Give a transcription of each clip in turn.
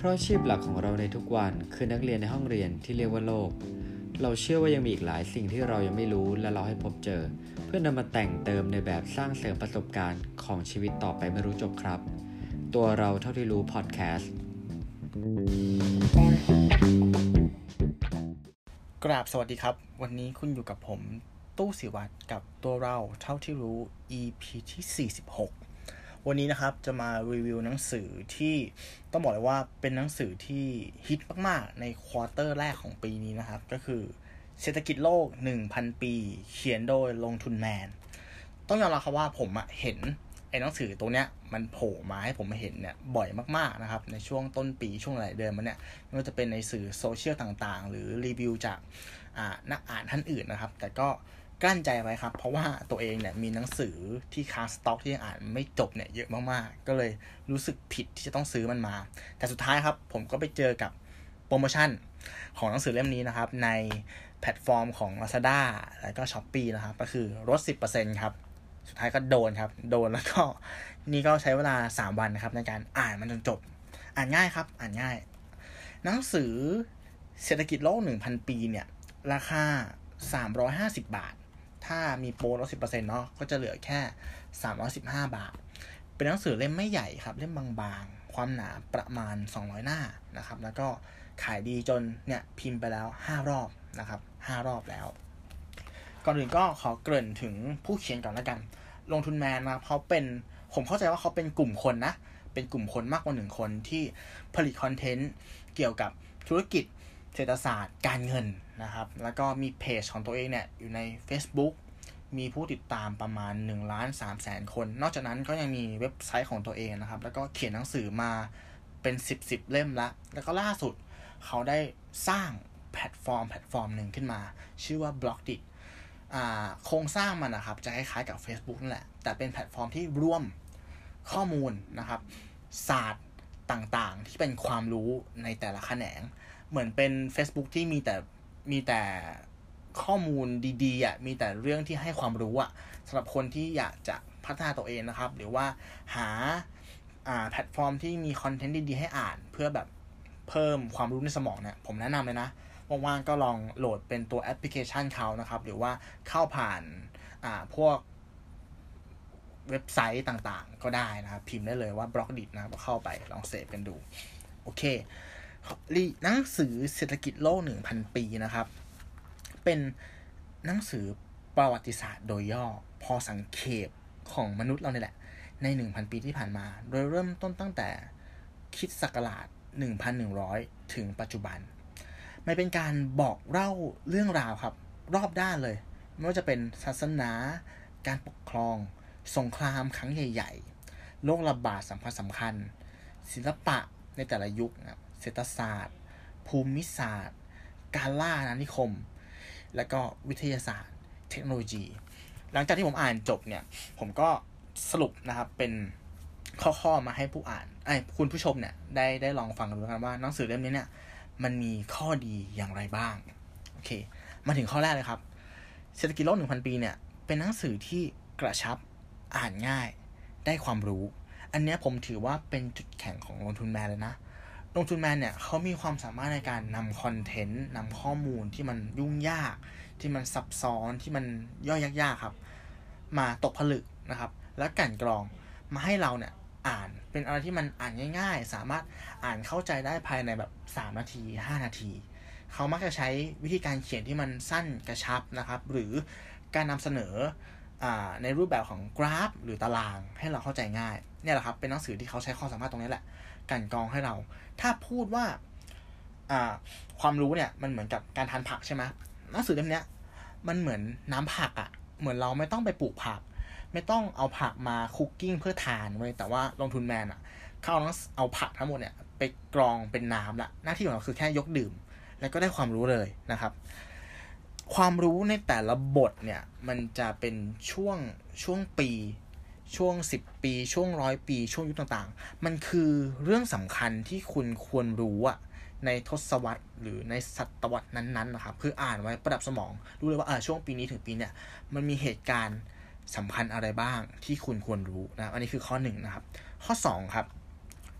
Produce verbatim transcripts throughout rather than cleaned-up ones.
ราะอาชีพหลักของเราในทุกวันคือนักเรียนในห้องเรียนที่เรียกว่าโลกเราเชื่อว่ายังมีอีกหลายสิ่งที่เรายังไม่รู้และเราให้พบเจอเพื่อนำมาแต่งเติมในแบบสร้างเสริมประสบการณ์ของชีวิตต่อไปไม่รู้จบครับตัวเราเท่าที่รู้พอดแคสต์กราบสวัสดีครับวันนี้คุณอยู่กับผมตู้ศิวัตรกับตัวเราเท่าที่รู้ อี พี ที่สี่สิบหกวันนี้นะครับจะมารีวิวหนังสือที่ต้องบอกเลยว่าเป็นหนังสือที่ฮิตมากๆในควอเตอร์แรกของปีนี้นะครับก็คือเศรษฐกิจโลก หนึ่งพัน ปีเขียนโดยลงทุนแมนต้องยอมรับครับว่าผมอะเห็นไอ้หนังสือตัวเนี้ยมันโผล่มาให้ผมเห็นเนี่ยบ่อยมากๆนะครับในช่วงต้นปีช่วงหลายเดือนมาเนี่ยไม่ว่าจะเป็นในสื่อโซเชียลต่างๆหรือรีวิวจากอ่านักอ่านท่านอื่นนะครับแต่ก็กลั้นใจไว้ครับเพราะว่าตัวเองเนี่ยมีหนังสือที่ค้างสต็อกที่ยังอ่านไม่จบเนี่ยเยอะมากๆก็เลยรู้สึกผิดที่จะต้องซื้อมันมาแต่สุดท้ายครับผมก็ไปเจอกับโปรโมชั่นของหนังสือเล่มนี้นะครับในแพลตฟอร์มของ Lazada แล้วก็ Shopee นะครับก็คือลด สิบเปอร์เซ็นต์ ครับสุดท้ายก็โดนครับโดนแล้วก็นี่ก็ใช้เวลาสามวันนะครับในการอ่านมันจนจบอ่านง่ายครับอ่านง่ายหนังสือเศรษฐกิจโลก หนึ่งพัน ปีเนี่ยราคาสามร้อยห้าสิบบาทถ้ามีโปรลด สิบเปอร์เซ็นต์ เนาะก็จะเหลือแค่สามร้อยสิบห้าบาทเป็นหนังสือเล่มไม่ใหญ่ครับเล่มบางๆความหนาประมาณสองร้อยหน้านะครับแล้วก็ขายดีจนเนี่ยพิมพ์ไปแล้วห้ารอบนะครับห้ารอบแล้วก่อนอื่นก็ขอเกริ่นถึงผู้เขียนก่อนละกันลงทุนแมนนะครับเขาเป็นผมเข้าใจว่าเขาเป็นกลุ่มคนนะเป็นกลุ่มคนมากกว่าหนึ่งคนที่ผลิตคอนเทนต์เกี่ยวกับธุรกิจเศรษฐศาสตร์การเงินนะครับแล้วก็มีเพจของตัวเองเนี่ยอยู่ใน Facebook มีผู้ติดตามประมาณ หนึ่งล้านสามแสน คนนอกจากนั้นก็ยังมีเว็บไซต์ของตัวเองนะครับแล้วก็เขียนหนังสือมาเป็นสิบ สิบเล่มละแล้วก็ล่าสุดเขาได้สร้างแพลตฟอร์มแพลตฟอร์มหนึ่งขึ้นมาชื่อว่า Blockdit อ่าโครงสร้างมันนะครับจะคล้ายๆกับ Facebook นั่นแหละแต่เป็นแพลตฟอร์มที่รวมข้อมูลนะครับศาสตร์ต่างๆที่เป็นความรู้ในแต่ละแขนงเหมือนเป็น Facebook ที่มีแต่มีแต่ข้อมูลดีๆอ่ะมีแต่เรื่องที่ให้ความรู้อ่ะสำหรับคนที่อยากจะพัฒนาตัวเองนะครับหรือว่าหาอ่าแพลตฟอร์มที่มีคอนเทนต์ดีๆให้อ่านเพื่อแบบเพิ่มความรู้ในสมองเนี่ยผมแนะนำเลยนะว่างๆก็ลองโหลดเป็นตัวแอปพลิเคชันเขานะครับหรือว่าเข้าผ่านอ่าพวกเว็บไซต์ต่างๆก็ได้นะครับพิมพ์ได้เลยว่า Blockdit นะครับเข้าไปลองเสพกันดูโอเคหนังสือเศรษฐกิจโลก หนึ่งพัน ปีนะครับเป็นหนังสือประวัติศาสตร์โดยย่อพอสังเขปของมนุษย์เราเนี่ยแหละใน หนึ่งพัน ปีที่ผ่านมาโดยเริ่มต้นตั้งแต่คริสต์ศักราช หนึ่งพันหนึ่งร้อย ถึงปัจจุบันมันเป็นการบอกเล่าเรื่องราวครับรอบด้านเลยไม่ว่าจะเป็นศาสนาการปกครองสงครามครั้งใหญ่ๆโรคระบาดสำคัญสำคัญศิลปะในแต่ละยุคนะเศรษฐศาสตร์ภูมิศาสตร์การล่าอาณานิคมและก็วิทยาศาสตร์เทคโนโลยีหลังจากที่ผมอ่านจบเนี่ยผมก็สรุปนะครับเป็นข้อๆมาให้ผู้อ่านไอ้คุณผู้ชมเนี่ยได้ได้ลองฟังกันดูกันว่าหนังสือเล่มนี้เนี่ยมันมีข้อดีอย่างไรบ้างโอเคมาถึงข้อแรกเลยครับเศรษฐกิจโลก หนึ่งพัน ปีเนี่ยเป็นหนังสือที่กระชับอ่านง่ายได้ความรู้อันนี้ผมถือว่าเป็นจุดแข็งของลงทุนแมนเลยนะลงทุนแมนเนี่ยเขามีความสามารถในการนำคอนเทนต์นำข้อมูลที่มันยุ่งยากที่มันซับซ้อนที่มันย่อยยากๆครับมาตกผลึกนะครับแล้วกลั่นกรองมาให้เราเนี่ยอ่านเป็นอะไรที่มันอ่านง่ายๆสามารถอ่านเข้าใจได้ภายในแบบสามนาทีห้านาทีเขามักจะใช้วิธีการเขียนที่มันสั้นกระชับนะครับหรือการนำเสนอในรูปแบบของกราฟหรือตารางให้เราเข้าใจง่ายเนี่ยแหละครับเป็นหนังสือที่เขาใช้ความสามารถตรงนี้แหละกลั่นกรองให้เราถ้าพูดว่าความรู้เนี่ยมันเหมือนกับการทานผักใช่ไหมหนังสือเล่มนี้มันเหมือนน้ำผักอ่ะเหมือนเราไม่ต้องไปปลูกผักไม่ต้องเอาผักมาคุกกิ้งเพื่อทานเว้ยแต่ว่าลงทุนแมนอ่ะเขาเอาเอาผักทั้งหมดเนี่ยไปกรองเป็นน้ำละหน้าที่ของเราคือแค่ยกดื่มแล้วก็ได้ความรู้เลยนะครับความรู้ในแต่ละบทเนี่ยมันจะเป็นช่วงช่วงปีช่วงสิบปีช่วงร้อยปีช่วงยุคต่างๆมันคือเรื่องสำคัญที่คุณควรรู้อะในทศวรรษหรือในศตวรรษนั้นๆนะครับคืออ่านไว้ประดับสมองรู้เลยว่าเออช่วงปีนี้ถึงปีเนี้ยมันมีเหตุการณ์สำคัญอะไรบ้างที่คุณควรรู้นะอันนี้คือข้อหนึ่งนะครับข้อสองครับ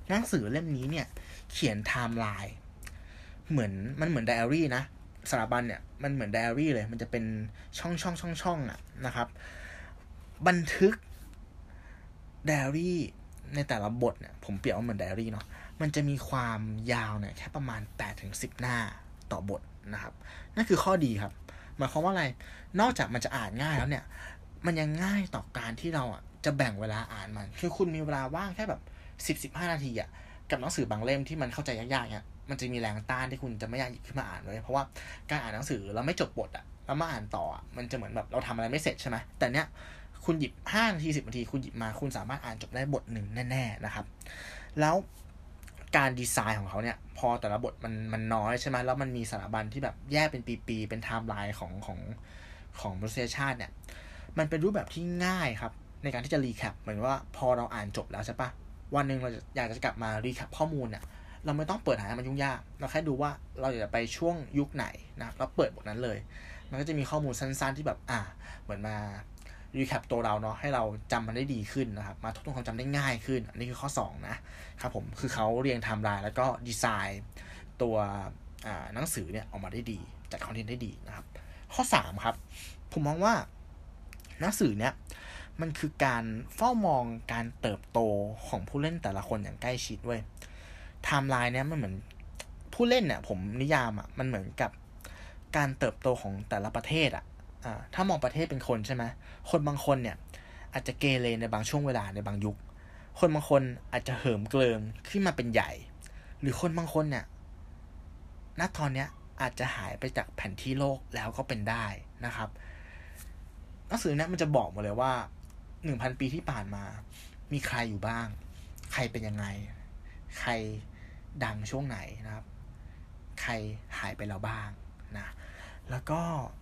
หนังสือเล่มนี้เนี่ยเขียนไทม์ไลน์เหมือนมันเหมือนไดอารี่นะสถาบันเนี่ยมันเหมือนไดอารี่เลยมันจะเป็นช่องช่องช่องช่องอ่ะนะครับบันทึกไดอารี่ในแต่ละบทเนี่ยผมเปรียบว่าเหมือนไดอารี่เนาะมันจะมีความยาวเนี่ยแค่ประมาณ แปดถึงสิบ หน้าต่อบทนะครับนั่นคือข้อดีครับหมายความว่าอะไรนอกจากมันจะอ่านง่ายแล้วเนี่ยมันยังง่ายต่อการที่เราอ่ะจะแบ่งเวลาอ่านมันคือคุณมีเวลาว่างแค่แบบ สิบถึงสิบห้า นาทีอ่ะกับหนังสือบางเล่มที่มันเข้าใจยากๆเนี่ยมันจะมีแรงต้านที่คุณจะไม่อยากหยิบขึ้นมาอ่านเลยเพราะว่าการอ่านหนังสือเราไม่จบบทอ่ะแล้วมาอ่านต่อมันจะเหมือนแบบเราทำอะไรไม่เสร็จใช่ไหมแต่เนี้ยคุณหยิบห้านาทีสิบนาทีคุณหยิบมาคุณสามารถอ่านจบได้บทหนึ่งแน่ๆนะครับแล้วการดีไซน์ของเขาเนี่ยพอแต่ละบทมันมันน้อยใช่ไหมแล้วมันมีสถาบันที่แบบแยกเป็นปีๆเป็นไทม์ไลน์ของของของมนุษยชาติเนี่ยมันเป็นรูปแบบที่ง่ายครับในการที่จะรีแคปเหมือนว่าพอเราอ่านจบแล้วใช่ปะวันหนึ่งเราอยากจะกลับมารีแคปข้อมูลเนี่ยเราไม่ต้องเปิดหามันยุ่งยากเราแค่ดูว่าเราอยากจะไปช่วงยุคไหนนะเราเปิดบทนั้นเลยมันก็จะมีข้อมูลสั้นๆที่แบบอ่าเหมือนมารีแคปตัวเราเนาะให้เราจำมันได้ดีขึ้นนะครับมาทบทวนความจำได้ง่ายขึ้นอันนี้คือข้อสองนะครับผมคือเขาเรียงไทม์ไลน์แล้วก็ดีไซน์ตัวอ่าหนังสือเนี่ยออกมาได้ดีจัดคอนเทนต์ได้ดีนะครับข้อสามครับผมมองว่าหนังสือเนี่ยมันคือการเฝ้ามองการเติบโตของผู้เล่นแต่ละคนอย่างใกล้ชิดเว้ยไทม์ไลน์เนี่ยมันเหมือนผู้เล่นเนี่ยผมนิยามอ่ะมันเหมือนกับการเติบโตของแต่ละประเทศอ่ะอ่าถ้ามองประเทศเป็นคนใช่ไหมคนบางคนเนี่ยอาจจะเกเรในบางช่วงเวลาในบางยุคคนบางคนอาจจะเหิมเกริมขึ้นมาเป็นใหญ่หรือคนบางคนเนี่ยณตอนเนี้ยอาจจะหายไปจากแผนที่โลกแล้วก็เป็นได้นะครับหนังสือเนี่ยมันจะบอกหมดเลยว่า หนึ่งพัน ปีที่ผ่านมามีใครอยู่บ้างใครเป็นยังไงใครดังช่วงไหนนะครับใครหายไปแล้วบ้างนะแล้วก็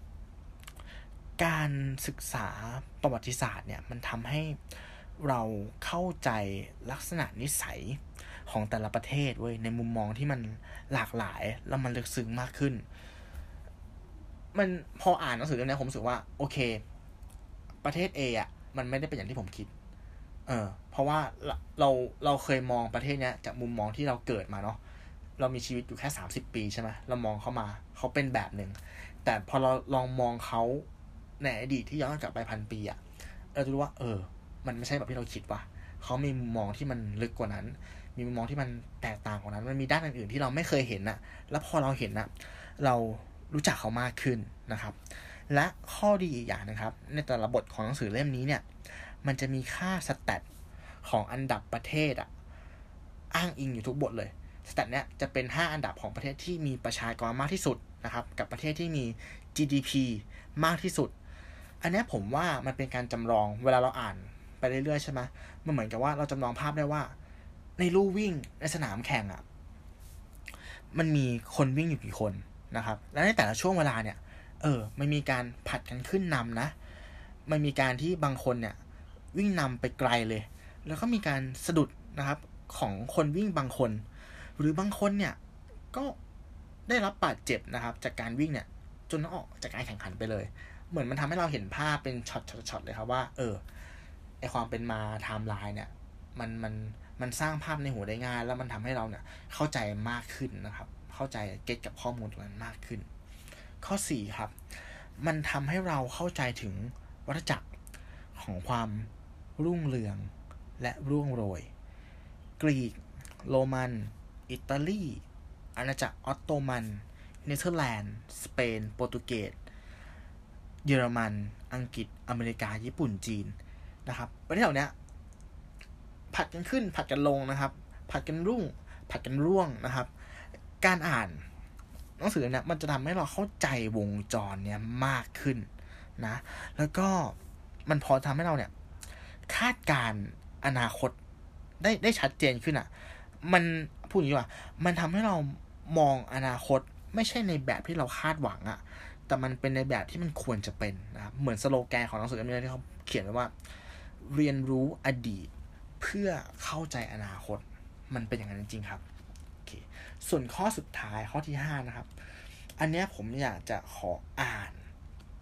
การศึกษาประวัติศาสตร์เนี่ยมันทำให้เราเข้าใจลักษณะนิสัยของแต่ละประเทศเว้ยในมุมมองที่มันหลากหลายแล้วมันลึกซึ้งมากขึ้นมันพออ่านหนังสือเล่มนี้ผมรู้สึกว่าโอเคประเทศ A อ่ะมันไม่ได้เป็นอย่างที่ผมคิดเออเพราะว่าเราเราเคยมองประเทศเนี้ยจากมุมมองที่เราเกิดมาเนาะเรามีชีวิตอยู่แค่สามสิบปีใช่ไหมเรามองเขามาเขาเป็นแบบหนึ่งแต่พอเราลองมองเขาในอดีตที่ย้อนกลับไปพันปีอ่ะเราจะรู้ว่าเออมันไม่ใช่แบบที่เราคิดว่ะเขามีมุมมองที่มันลึกกว่านั้นมีมุมมองที่มันแตกต่างกว่านั้นมันมีด้านอื่นๆที่เราไม่เคยเห็นน่ะแล้วพอเราเห็นน่ะเรารู้จักเขามากขึ้นนะครับและข้อดีอีกอย่างนะครับในแต่ละบทของหนังสือเล่มนี้เนี่ยมันจะมีค่าสแตทของอันดับประเทศอ่ะอ้างอิงอยู่ทุกบทเลยสแตทเนี้ยจะเป็นห้าอันดับของประเทศที่มีประชากรมากที่สุดนะครับกับประเทศที่มี จี ดี พี มากที่สุดอันนี้ผมว่ามันเป็นการจำลองเวลาเราอ่านไปเรื่อยๆใช่ไหมมันเหมือนกับว่าเราจำลองภาพได้ว่าในลู่วิ่งในสนามแข่งอ่ะมันมีคนวิ่งอยู่กี่คนนะครับและในแต่ละช่วงเวลาเนี่ยเออมันมีการผัดกันขึ้นนำนะมันมีการที่บางคนเนี่ยวิ่งนำไปไกลเลยแล้วก็มีการสะดุดนะครับของคนวิ่งบางคนหรือบางคนเนี่ยก็ได้รับบาดเจ็บนะครับจากการวิ่งเนี่ยจนต้องออกจากการแข่งขันไปเลยเหมือนมันทำให้เราเห็นภาพเป็นช็อตๆเลยครับว่าเออไอความเป็นมาไทม์ไลน์เนี่ยมันมันมันสร้างภาพในหัวได้ง่ายแล้วมันทำให้เราเนี่ยเข้าใจมากขึ้นนะครับเข้าใจเก็ตกับข้อมูลตรงนั้นมากขึ้นข้อสี่ครับมันทำให้เราเข้าใจถึงวัฏจักรของความรุ่งเรืองและร่วงโรยกรีกโรมันอิตาลีอาณาจักรออตโตมันเนเธอร์แลนด์สเปนโปรตุเกสเยอรมันอังกฤษอเมริกาญี่ปุ่นจีนนะครับประเทศเหล่านี้ผัดกันขึ้นผัดกันลงนะครับผัดกันรุ่งผัดกันร่วงนะครับการอ่านหนังสือเนี่ยมันจะทำให้เราเข้าใจวงจรเนี่ยมากขึ้นนะแล้วก็มันพอทำให้เราเนี่ยคาดการอนาคตได้ได้ชัดเจนขึ้นอ่ะมันพูดอย่างนี้ว่ามันทำให้เรามองอนาคตไม่ใช่ในแบบที่เราคาดหวังอ่ะแต่มันเป็นในแบบที่มันควรจะเป็นนะครับเหมือนสโลแกนของหนังสือเล่มนี้ที่เขาเขียนไว้ว่าเรียนรู้อดีตเพื่อเข้าใจอนาคตมันเป็นอย่างนั้นจริงๆครับโอเคส่วนข้อสุดท้ายข้อที่ห้านะครับอันเนี้ยผมอยากจะขออ่าน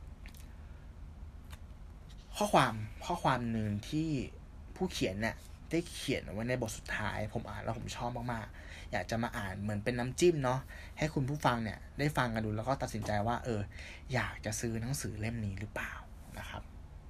ข้อความข้อความหนึ่งที่ผู้เขียนเนี่ยได้เขียนไว้ในบทสุดท้ายผมอ่านแล้วผมชอบมากๆอยากจะมาอ่านเหมือนเป็นน้ำจิ้มเนาะให้คุณผู้ฟังเนี่ยได้ฟังกันดูแล้วก็ตัดสินใจว่าเอออยากจะซื้อหนังสือเล่มนี้หรือเปล่านะครับ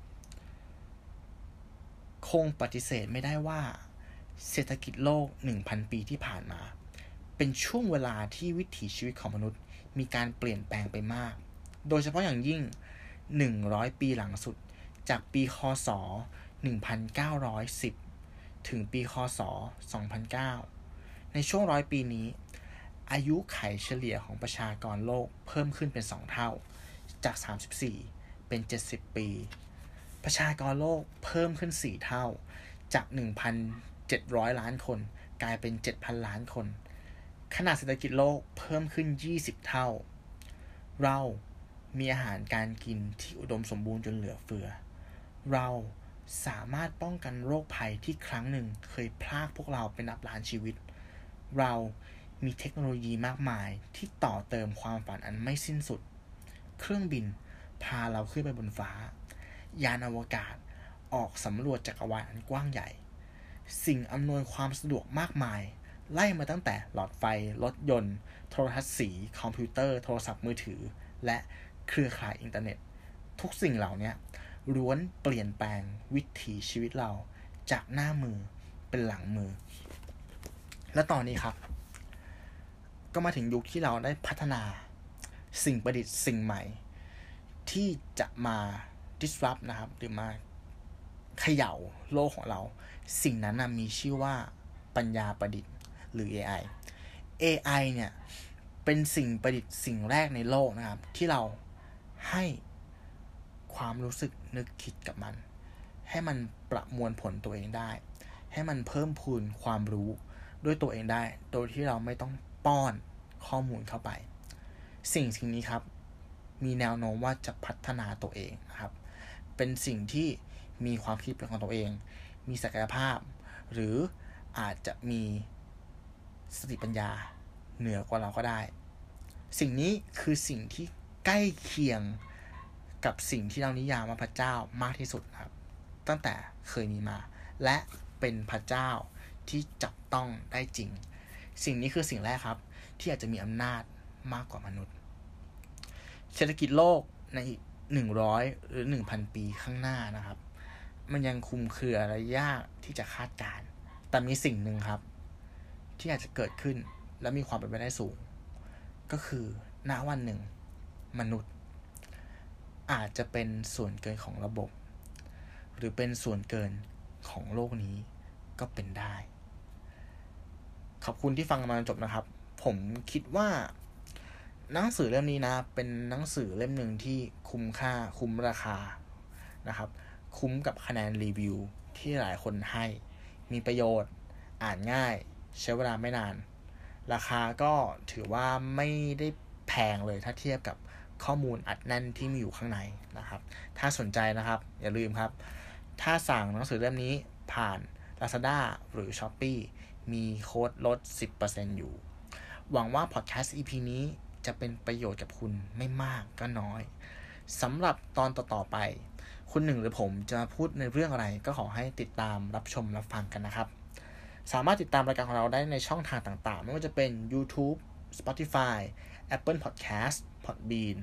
คงปฏิเสธไม่ได้ว่าเศรษฐกิจโลก หนึ่งพัน ปีที่ผ่านมาเป็นช่วงเวลาที่วิถีชีวิตของมนุษย์มีการเปลี่ยนแปลงไปมากโดยเฉพาะอย่างยิ่งหนึ่งร้อยปีหลังสุดจากปีค.ศ. หนึ่งพันเก้าร้อยสิบถึงปีค.ศ. สองพันเก้าในช่วงร้อยปีนี้อายุไขเฉลี่ยของประชากรโลกเพิ่มขึ้นเป็นสองเท่าจากสามสิบสี่เป็นเจ็ดสิบปีประชากรโลกเพิ่มขึ้นสี่เท่าจาก หนึ่งพันเจ็ดร้อย ล้านคนกลายเป็น เจ็ดพัน ล้านคนขนาดเศรษฐกิจโลกเพิ่มขึ้นยี่สิบเท่าเรามีอาหารการกินที่อุดมสมบูรณ์จนเหลือเฟือเราสามารถป้องกันโรคภัยที่ครั้งหนึ่งเคยพรากพวกเราเป็นนับล้านชีวิตเรามีเทคโนโลยีมากมายที่ต่อเติมความฝันอันไม่สิ้นสุดเครื่องบินพาเราขึ้นไปบนฟ้ายานอวกาศออกสำรวจจักรวาลอันกว้างใหญ่สิ่งอำนวยความสะดวกมากมายไล่มาตั้งแต่หลอดไฟรถยนต์โทรทัศน์สีคอมพิวเตอร์โทรศัพท์มือถือและเครือข่ายอินเทอร์เน็ตทุกสิ่งเหล่านี้ล้วนเปลี่ยนแปลงวิถีชีวิตเราจากหน้ามือเป็นหลังมือและตอนนี้ครับก็มาถึงยุคที่เราได้พัฒนาสิ่งประดิษฐ์สิ่งใหม่ที่จะมา disrupt นะครับหรือมาเขย่าโลกของเราสิ่งนั้นนะมีชื่อว่าปัญญาประดิษฐ์หรือ เอ ไอ เอ ไอ เนี่ยเป็นสิ่งประดิษฐ์สิ่งแรกในโลกนะครับที่เราให้ความรู้สึกนึกคิดกับมันให้มันประมวลผลตัวเองได้ให้มันเพิ่มพูนความรู้ด้วยตัวเองได้โดยที่เราไม่ต้องป้อนข้อมูลเข้าไปสิ่งสิ่งนี้ครับมีแนวโน้มว่าจะพัฒนาตัวเองนะครับเป็นสิ่งที่มีความคิดเป็นของตัวเองมีศักยภาพหรืออาจจะมีสติปัญญาเหนือกว่าเราก็ได้สิ่งนี้คือสิ่งที่ใกล้เคียงกับสิ่งที่เรานิยามว่าพระเจ้ามากที่สุดครับตั้งแต่เคยมีมาและเป็นพระเจ้าที่จับต้องได้จริงสิ่งนี้คือสิ่งแรกครับที่อาจจะมีอำนาจมากกว่ามนุษย์เศรษฐกิจโลกในหนึ่งร้อยหรือ หนึ่งพัน ปีข้างหน้านะครับมันยังคุมเครือและยากที่จะคาดการณ์แต่มีสิ่งหนึ่งครับที่อาจจะเกิดขึ้นและมีความเป็นไปได้สูงก็คือณวันหนึ่งมนุษย์อาจจะเป็นส่วนเกินของระบบหรือเป็นส่วนเกินของโลกนี้ก็เป็นได้ขอบคุณที่ฟังมาจนจบนะครับผมคิดว่าหนังสือเล่มนี้นะเป็นหนังสือเล่มหนึ่งที่คุ้มค่าคุ้มราคานะครับคุ้มกับคะแนนรีวิวที่หลายคนให้มีประโยชน์อ่านง่ายใช้เวลาไม่นานราคาก็ถือว่าไม่ได้แพงเลยถ้าเทียบกับข้อมูลอัดแน่นที่มีอยู่ข้างในนะครับถ้าสนใจนะครับอย่าลืมครับถ้าสั่งหนังสือเล่มนี้ผ่าน Lazada หรือ Shopee มีโค้ดลด สิบเปอร์เซ็นต์ อยู่หวังว่าพอดแคสต์ อี พี นี้จะเป็นประโยชน์กับคุณไม่มากก็น้อยสำหรับตอนต่อๆไปคุณหนึ่งหรือผมจะพูดในเรื่องอะไรก็ขอให้ติดตามรับชมรับฟังกันนะครับสามารถติดตามรายการของเราได้ในช่องทางต่างๆไม่ว่าจะเป็น YouTube Spotify Apple Podcast Podbean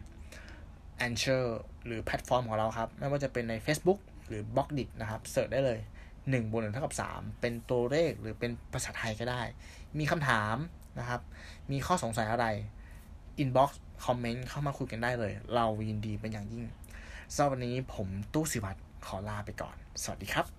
Anchor หรือแพลตฟอร์มของเราครับไม่ว่าจะเป็นใน Facebook หรือ Blogdit นะครับเสิร์ชได้เลยหนึ่งบวกหนึ่งเท่ากับสามเป็นตัวเลขหรือเป็นภาษาไทยก็ได้มีคำถามนะครับมีข้อสงสัยอะไร Inbox คอมเมนต์เข้ามาคุยกันได้เลยเรายินดีเป็นอย่างยิ่งสำหรับวันนี้ผมตู้ศิวัตรขอลาไปก่อนสวัสดีครับ